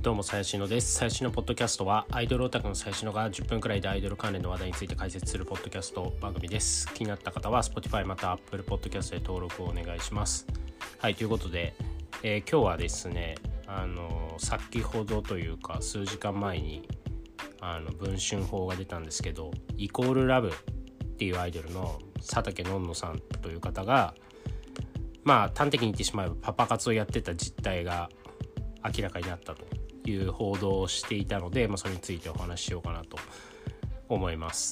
どうも最新のです。最新のポッドキャストはアイドルオタクの最新のが10分くらいでアイドル関連の話題について解説するポッドキャスト番組です。気になった方は Spotify また Apple Podcast で登録をお願いします。はい、ということで、今日はですね先ほどというか数時間前に文春報が出たんですけど、イコールラブっていうアイドルの佐竹のんのさんという方が端的に言ってしまえばパパ活をやってた実態が明らかになったという報道をしていたので、それについてお話ししようかなと思います。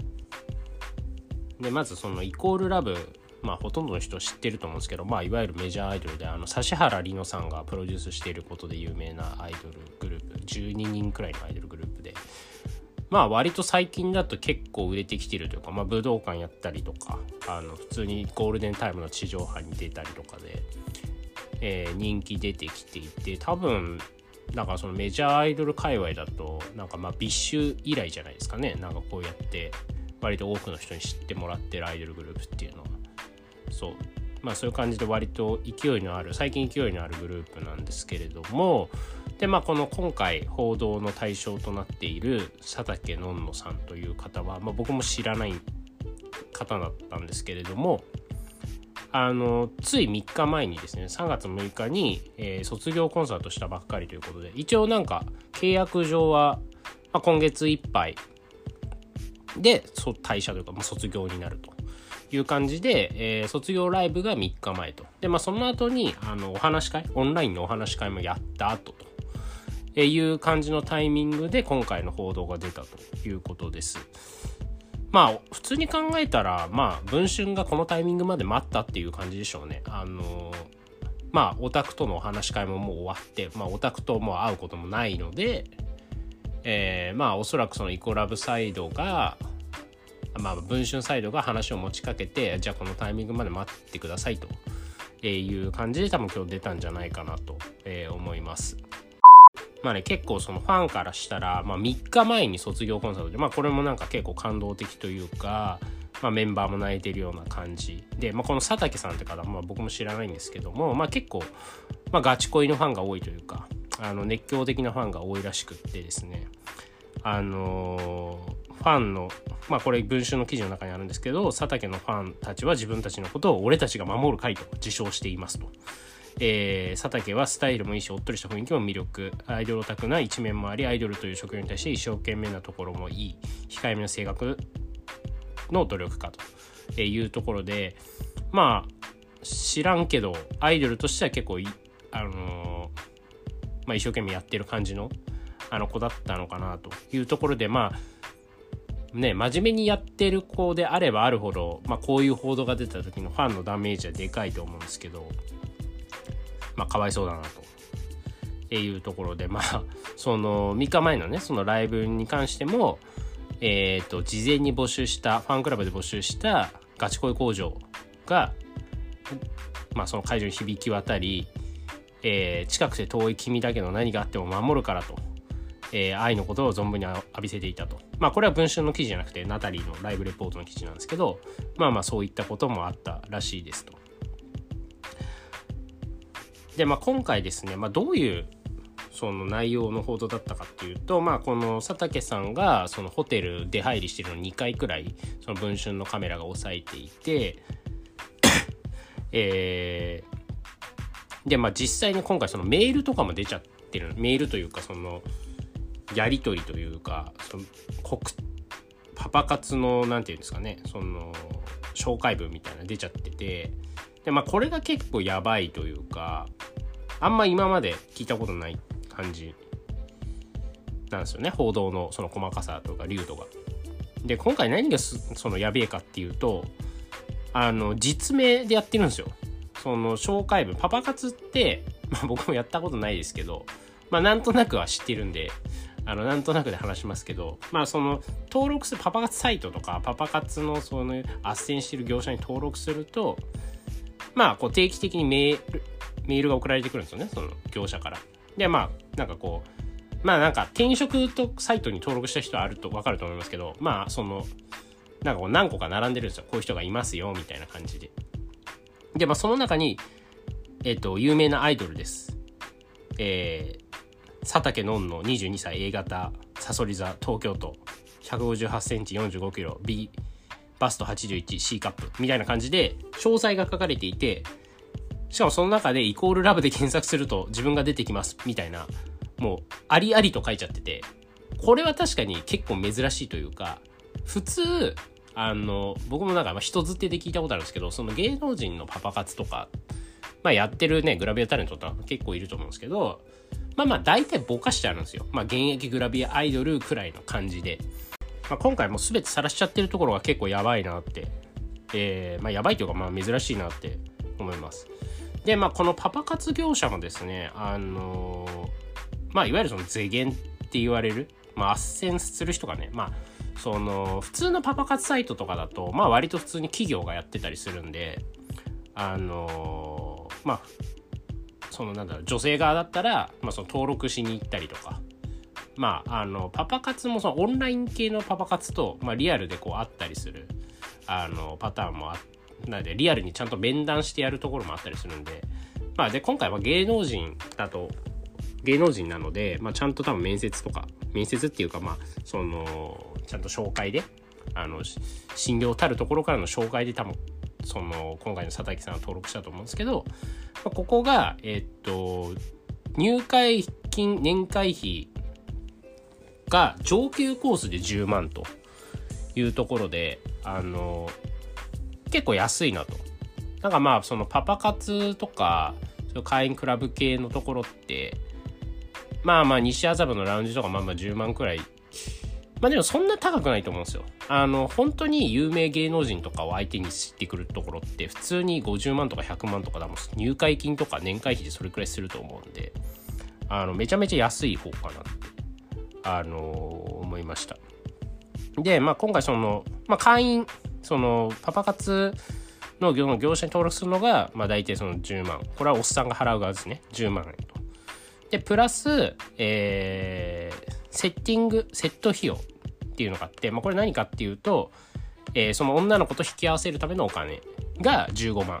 でまずそのイコールラブ、ほとんどの人知ってると思うんですけど、いわゆるメジャーアイドルで指原莉乃さんがプロデュースしていることで有名なアイドルグループ、12人くらいのアイドルグループで、割と最近だと結構売れてきてるというか、武道館やったりとか普通にゴールデンタイムの地上波に出たりとかで、人気出てきていて、多分そのメジャーアイドル界隈だとビッシュ以来じゃないですかね。こうやって割と多くの人に知ってもらってるアイドルグループっていうのはそういう感じで割と最近勢いのあるグループなんですけれども、でこの今回報道の対象となっている佐竹のんのさんという方は、僕も知らない方だったんですけれども、つい3日前にですね、3月6日に、卒業コンサートしたばっかりということで、一応契約上は、今月いっぱいで退社というか、卒業になるという感じで、卒業ライブが3日前と。でその後にお話し会、オンラインのお話し会もやった後という感じのタイミングで今回の報道が出たということです。普通に考えたら文春がこのタイミングまで待ったっていう感じでしょうね。オタクとのお話し会ももう終わって、オタクともう会うこともないので、おそらくそのイコラブサイドが文春サイドが話を持ちかけて、じゃあこのタイミングまで待ってくださいという感じで多分今日出たんじゃないかなと思います。結構そのファンからしたら、3日前に卒業コンサートで、これも結構感動的というか、メンバーも泣いてるような感じで、この佐竹さんって方、僕も知らないんですけども、結構、ガチ恋のファンが多いというか、熱狂的なファンが多いらしくってですね、ファンのこれ文春の記事の中にあるんですけど、佐竹のファンたちは自分たちのことを俺たちが守る会と自称していますと。佐竹はスタイルもいいし、おっとりした雰囲気も魅力、アイドルオタクな一面もあり、アイドルという職業に対して一生懸命なところもいい、控えめな性格の努力家というところで、知らんけどアイドルとしては結構一生懸命やってる感じの子だったのかなというところで、真面目にやってる子であればあるほど、こういう報道が出た時のファンのダメージはでかいと思うんですけど、かわいそうだなというところで、その3日前のねそのライブに関しても、事前にファンクラブで募集したガチ恋工場が、その会場に響き渡り、近くて遠い君だけど何があっても守るからと、愛のことを存分に浴びせていたと。これは文春の記事じゃなくてナタリーのライブレポートの記事なんですけど、そういったこともあったらしいですと。で今回ですね、どういうその内容の報道だったかっていうと、この佐竹さんがそのホテル出入りしてるの2回くらいその文春のカメラが押さえていてで実際に今回そのメールとかも出ちゃってる、メールというかそのやり取りというか、そのパパ活のなんていうんですかね、その紹介文みたいなの出ちゃってて、でこれが結構やばいというか、あんま今まで聞いたことない感じなんですよね、報道のその細かさとか流度が。で今回何がそのやべえかっていうと、実名でやってるんですよ。その紹介文、パパ活って僕もやったことないですけど、なんとなくは知ってるんでなんとなくで話しますけど、その登録するパパ活サイトとかパパ活のその斡旋してる業者に登録すると、こう定期的にメールが送られてくるんですよね、その業者から。で転職とサイトに登録した人はあると分かると思いますけど、その何個か並んでるんですよ、こういう人がいますよみたいな感じで。でその中に有名なアイドルです、 佐竹のんの22歳 A 型さそり座東京都158センチ45キロ B バスト 81C カップみたいな感じで詳細が書かれていて、しかもその中でイコールラブで検索すると自分が出てきますみたいな、もうありありと書いちゃってて、これは確かに結構珍しいというか、普通僕もなんか人づてで聞いたことあるんですけど、その芸能人のパパ活とか、やってるねグラビアタレントって結構いると思うんですけど、大体ぼかしてあるんですよ。現役グラビアアイドルくらいの感じで、今回もう全て晒しちゃってるところが結構やばいなって、やばいというか珍しいなって思います。でこのパパ活業者もですね、いわゆるその世間って言われる、斡旋する人がね、その普通のパパ活サイトとかだと割と普通に企業がやってたりするんで、その女性側だったら、その登録しに行ったりとか、パパ活もそのオンライン系のパパ活と、リアルでこうあったりするパターンもなので、リアルにちゃんと面談してやるところもあったりするんで、で今回は芸能人なので、ちゃんと多分面接っていうかそのちゃんと紹介で診療たるところからの紹介で多分その今回の佐竹さんは登録したと思うんですけど、ここが入会金年会費が上級コースで10万というところで結構安いなと。なんかそのパパ活とか会員クラブ系のところって西麻布のラウンジとか10万くらい、でもそんな高くないと思うんですよ。本当に有名芸能人とかを相手にしてくるところって普通に50万とか100万とか入会金とか年会費でそれくらいすると思うんで、めちゃめちゃ安い方かなって思いました。で今回その会員そのパパ活の業者に登録するのが大体その10万、これはおっさんが払う側ですね、10万円と。でプラス、セット費用っていうのがあって、これ何かっていうと、その女の子と引き合わせるためのお金が15万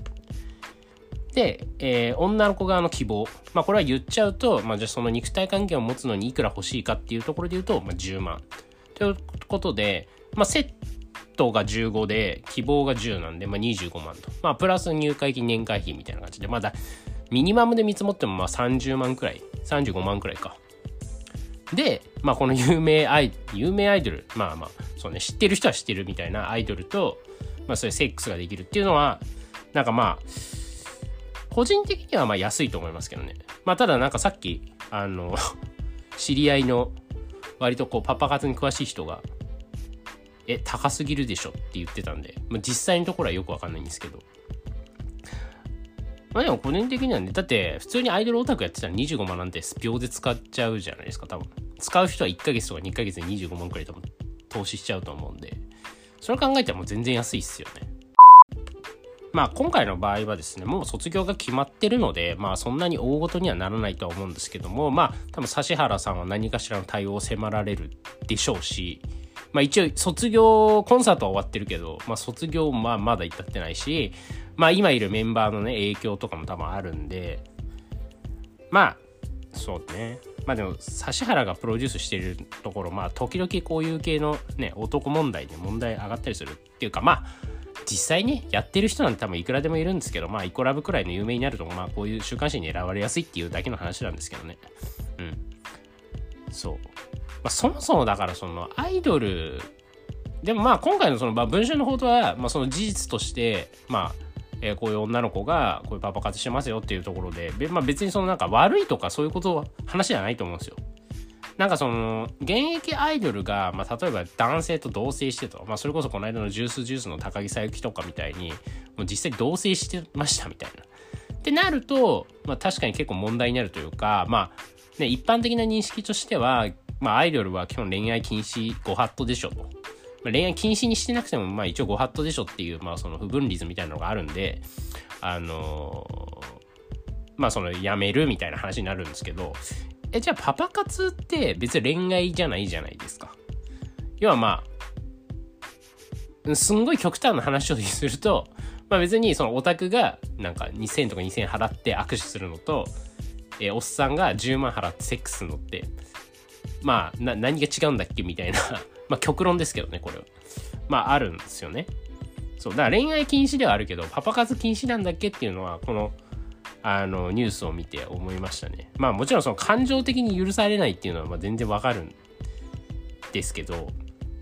で、女の子側の希望、これは言っちゃうと、じゃあその肉体関係を持つのにいくら欲しいかっていうところで言うと、10万ということで、セットが15で希望が10なんで、25万と、プラス入会金年会費みたいな感じで、ミニマムで見積もっても30万くらい35万くらいかで、この有名アイドル、そうね、知ってる人は知ってるみたいなアイドルと、そういうセックスができるっていうのはなんか個人的には安いと思いますけどね。たださっき知り合いの割とパパ活に詳しい人が高すぎるでしょって言ってたんで、実際のところはよくわかんないんですけど、でも個人的にはね、だって普通にアイドルオタクやってたら25万なんて秒で使っちゃうじゃないですか。多分使う人は1ヶ月とか2ヶ月で25万くらい多分投資しちゃうと思うんで、それ考えたらもう全然安いっすよね。今回の場合はですね、もう卒業が決まってるので、そんなに大ごとにはならないとは思うんですけども、多分指原さんは何かしらの対応を迫られるでしょうし、一応卒業コンサートは終わってるけど、卒業まだ至ってないし、今いるメンバーのね影響とかも多分あるんで、そうね、でも指原がプロデュースしてるところ、時々こういう系のね男問題で問題上がったりするっていうか、実際ねやってる人なんて多分いくらでもいるんですけど、イコラブくらいの有名になるとこういう週刊誌に選ばれやすいっていうだけの話なんですけどね。そう、そもそもだからそのアイドルでも今回のその文春の報道はその事実としてこういう女の子がこういうパパ活してますよっていうところで、別にその悪いとかそういうこと話じゃないと思うんですよ。その現役アイドルが、例えば男性と同棲してと、それこそこの間のジュースの高木さゆきとかみたいにもう実際同棲してましたみたいなってなると、確かに結構問題になるというか、一般的な認識としては、アイドルは基本恋愛禁止ご法度でしょと。恋愛禁止にしてなくても一応ご法度でしょっていうその不分率みたいなのがあるんで、そのやめるみたいな話になるんですけど、じゃあパパ活って別に恋愛じゃないじゃないですか。要はすんごい極端な話をすると、別にそのオタクが2000とか2000払って握手するのと、 おっさんが10万払ってセックスに乗って、まあ何が違うんだっけみたいなまあ極論ですけどね、これはまああるんですよね。そうだから恋愛禁止ではあるけどパパ活禁止なんだっけっていうのはこのニュースを見て思いましたね。まあもちろんその感情的に許されないっていうのはまあ全然わかるんですけど、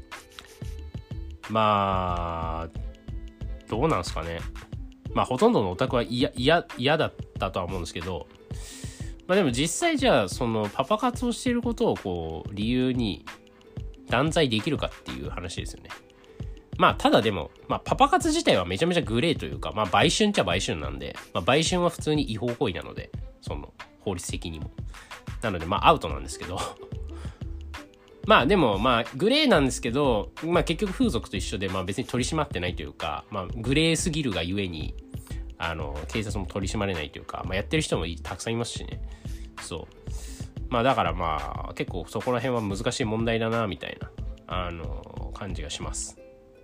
まあどうなんすかね。まあほとんどのオタクは嫌だったとは思うんですけど、まあでも実際じゃあそのパパ活をしていることをこう理由に断罪できるかっていう話ですよね。まあただでも、まあパパ活自体はめちゃめちゃグレーというか、まあ売春っちゃ売春なんで、まあ売春は普通に違法行為なので、その法律的にも。なのでまあアウトなんですけど。まあでもまあグレーなんですけど、まあ結局風俗と一緒でまあ別に取り締まってないというか、まあグレーすぎるがゆえに、警察も取り締まれないというか、まあやってる人もたくさんいますしね。そう。まあだからまあ結構そこら辺は難しい問題だなみたいな、感じがします。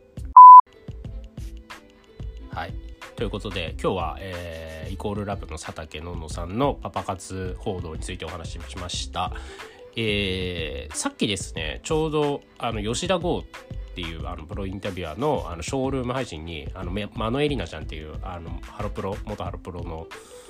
はい。ということで今日は、イコールラブの佐竹のんのさんのパパ活報道についてお話ししました。さっきですね、ちょうど吉田剛っていうプロインタビュアーのショールーム配信にマノエリナちゃんっていう元ハロプロの、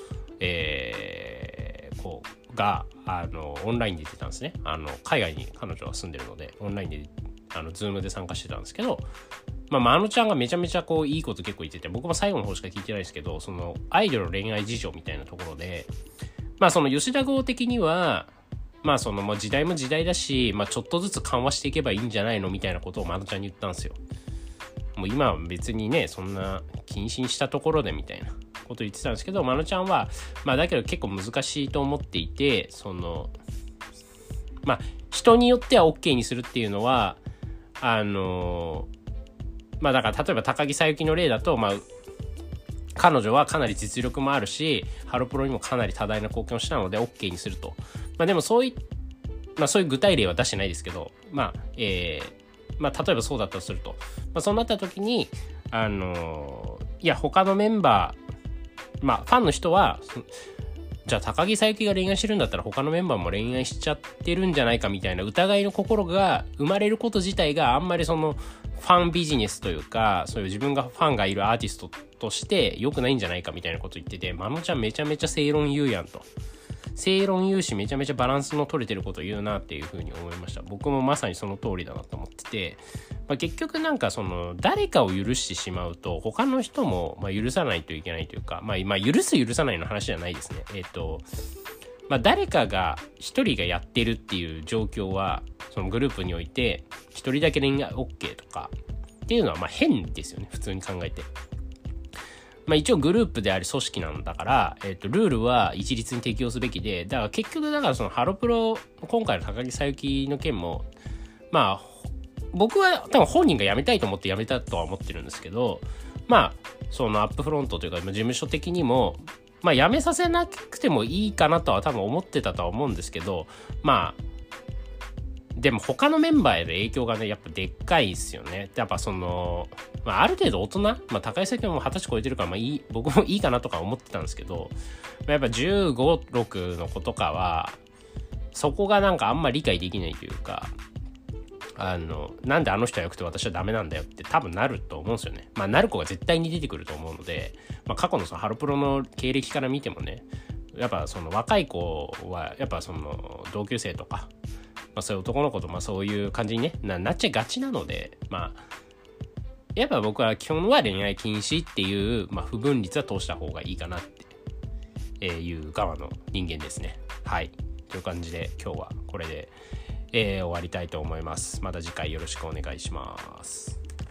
子がオンラインで出てたんですね。海外に彼女は住んでるのでオンラインでズームで参加してたんですけど、まのちゃんがめちゃめちゃこういいこと結構言ってて、僕も最後の方しか聞いてないですけど、そのアイドル恋愛事情みたいなところで、まあその吉田剛的にはまあその時代も時代だし、まあちょっとずつ緩和していけばいいんじゃないのみたいなことをまのちゃんに言ったんですよ。もう今は別にねそんな謹慎したところでみたいなこと言ってたんですけど、まのちゃんはまあだけど結構難しいと思っていて、そのまあ人によっては OK にするっていうのはまあだから例えば高木さゆきの例だと、まあ彼女はかなり実力もあるしハロプロにもかなり多大な貢献をしたので OK にすると。まあでもそういう具体例は出してないですけど、まあ例えばそうだったとすると、まあ、そうなった時にいや他のメンバー、まあファンの人はじゃあ高木さゆきが恋愛してるんだったら他のメンバーも恋愛しちゃってるんじゃないかみたいな疑いの心が生まれること自体があんまりそのファンビジネスというか、そういう自分がファンがいるアーティストとして良くないんじゃないかみたいなこと言ってて、まのちゃんめちゃめちゃ正論言うやんと。正論言うしめちゃめちゃバランスの取れてること言うなっていう風に思いました。僕もまさにその通りだなと思ってて、まあ、結局なんかその誰かを許してしまうと他の人もまあ許さないといけないというか、まあ許す許さないの話じゃないですね。まあ誰かが一人がやってるっていう状況はそのグループにおいて一人だけ恋愛 OK とかっていうのはまあ変ですよね、普通に考えて。まあ一応グループであり組織なんだから、ルールは一律に適用すべきで、だから結局だからそのハロプロ、今回の高木さゆきの件も、まあ、僕は多分本人が辞めたいと思って辞めたとは思ってるんですけど、まあ、そのアップフロントというか、事務所的にも、まあ辞めさせなくてもいいかなとは多分思ってたとは思うんですけど、まあ、でも他のメンバーへの影響がねやっぱでっかいですよね。やっぱその、まあ、ある程度大人、まあ、高井さんも20歳超えてるから、まあ僕もいいかなとか思ってたんですけど、まあ、やっぱ15、6の子とかはそこがなんかあんま理解できないというか、なんであの人は良くて私はダメなんだよって多分なると思うんですよね。まあなる子が絶対に出てくると思うので、まあ、過去のそのハロプロの経歴から見てもね、やっぱその若い子はやっぱその同級生とか、まあ、そういう男の子とまあそういう感じに、ね、なっちゃいがちなので、まあやっぱ僕は基本は恋愛禁止っていう、まあ、不分率は通した方がいいかなっていう側の人間ですね。はい。という感じで今日はこれで、終わりたいと思います。また次回よろしくお願いします。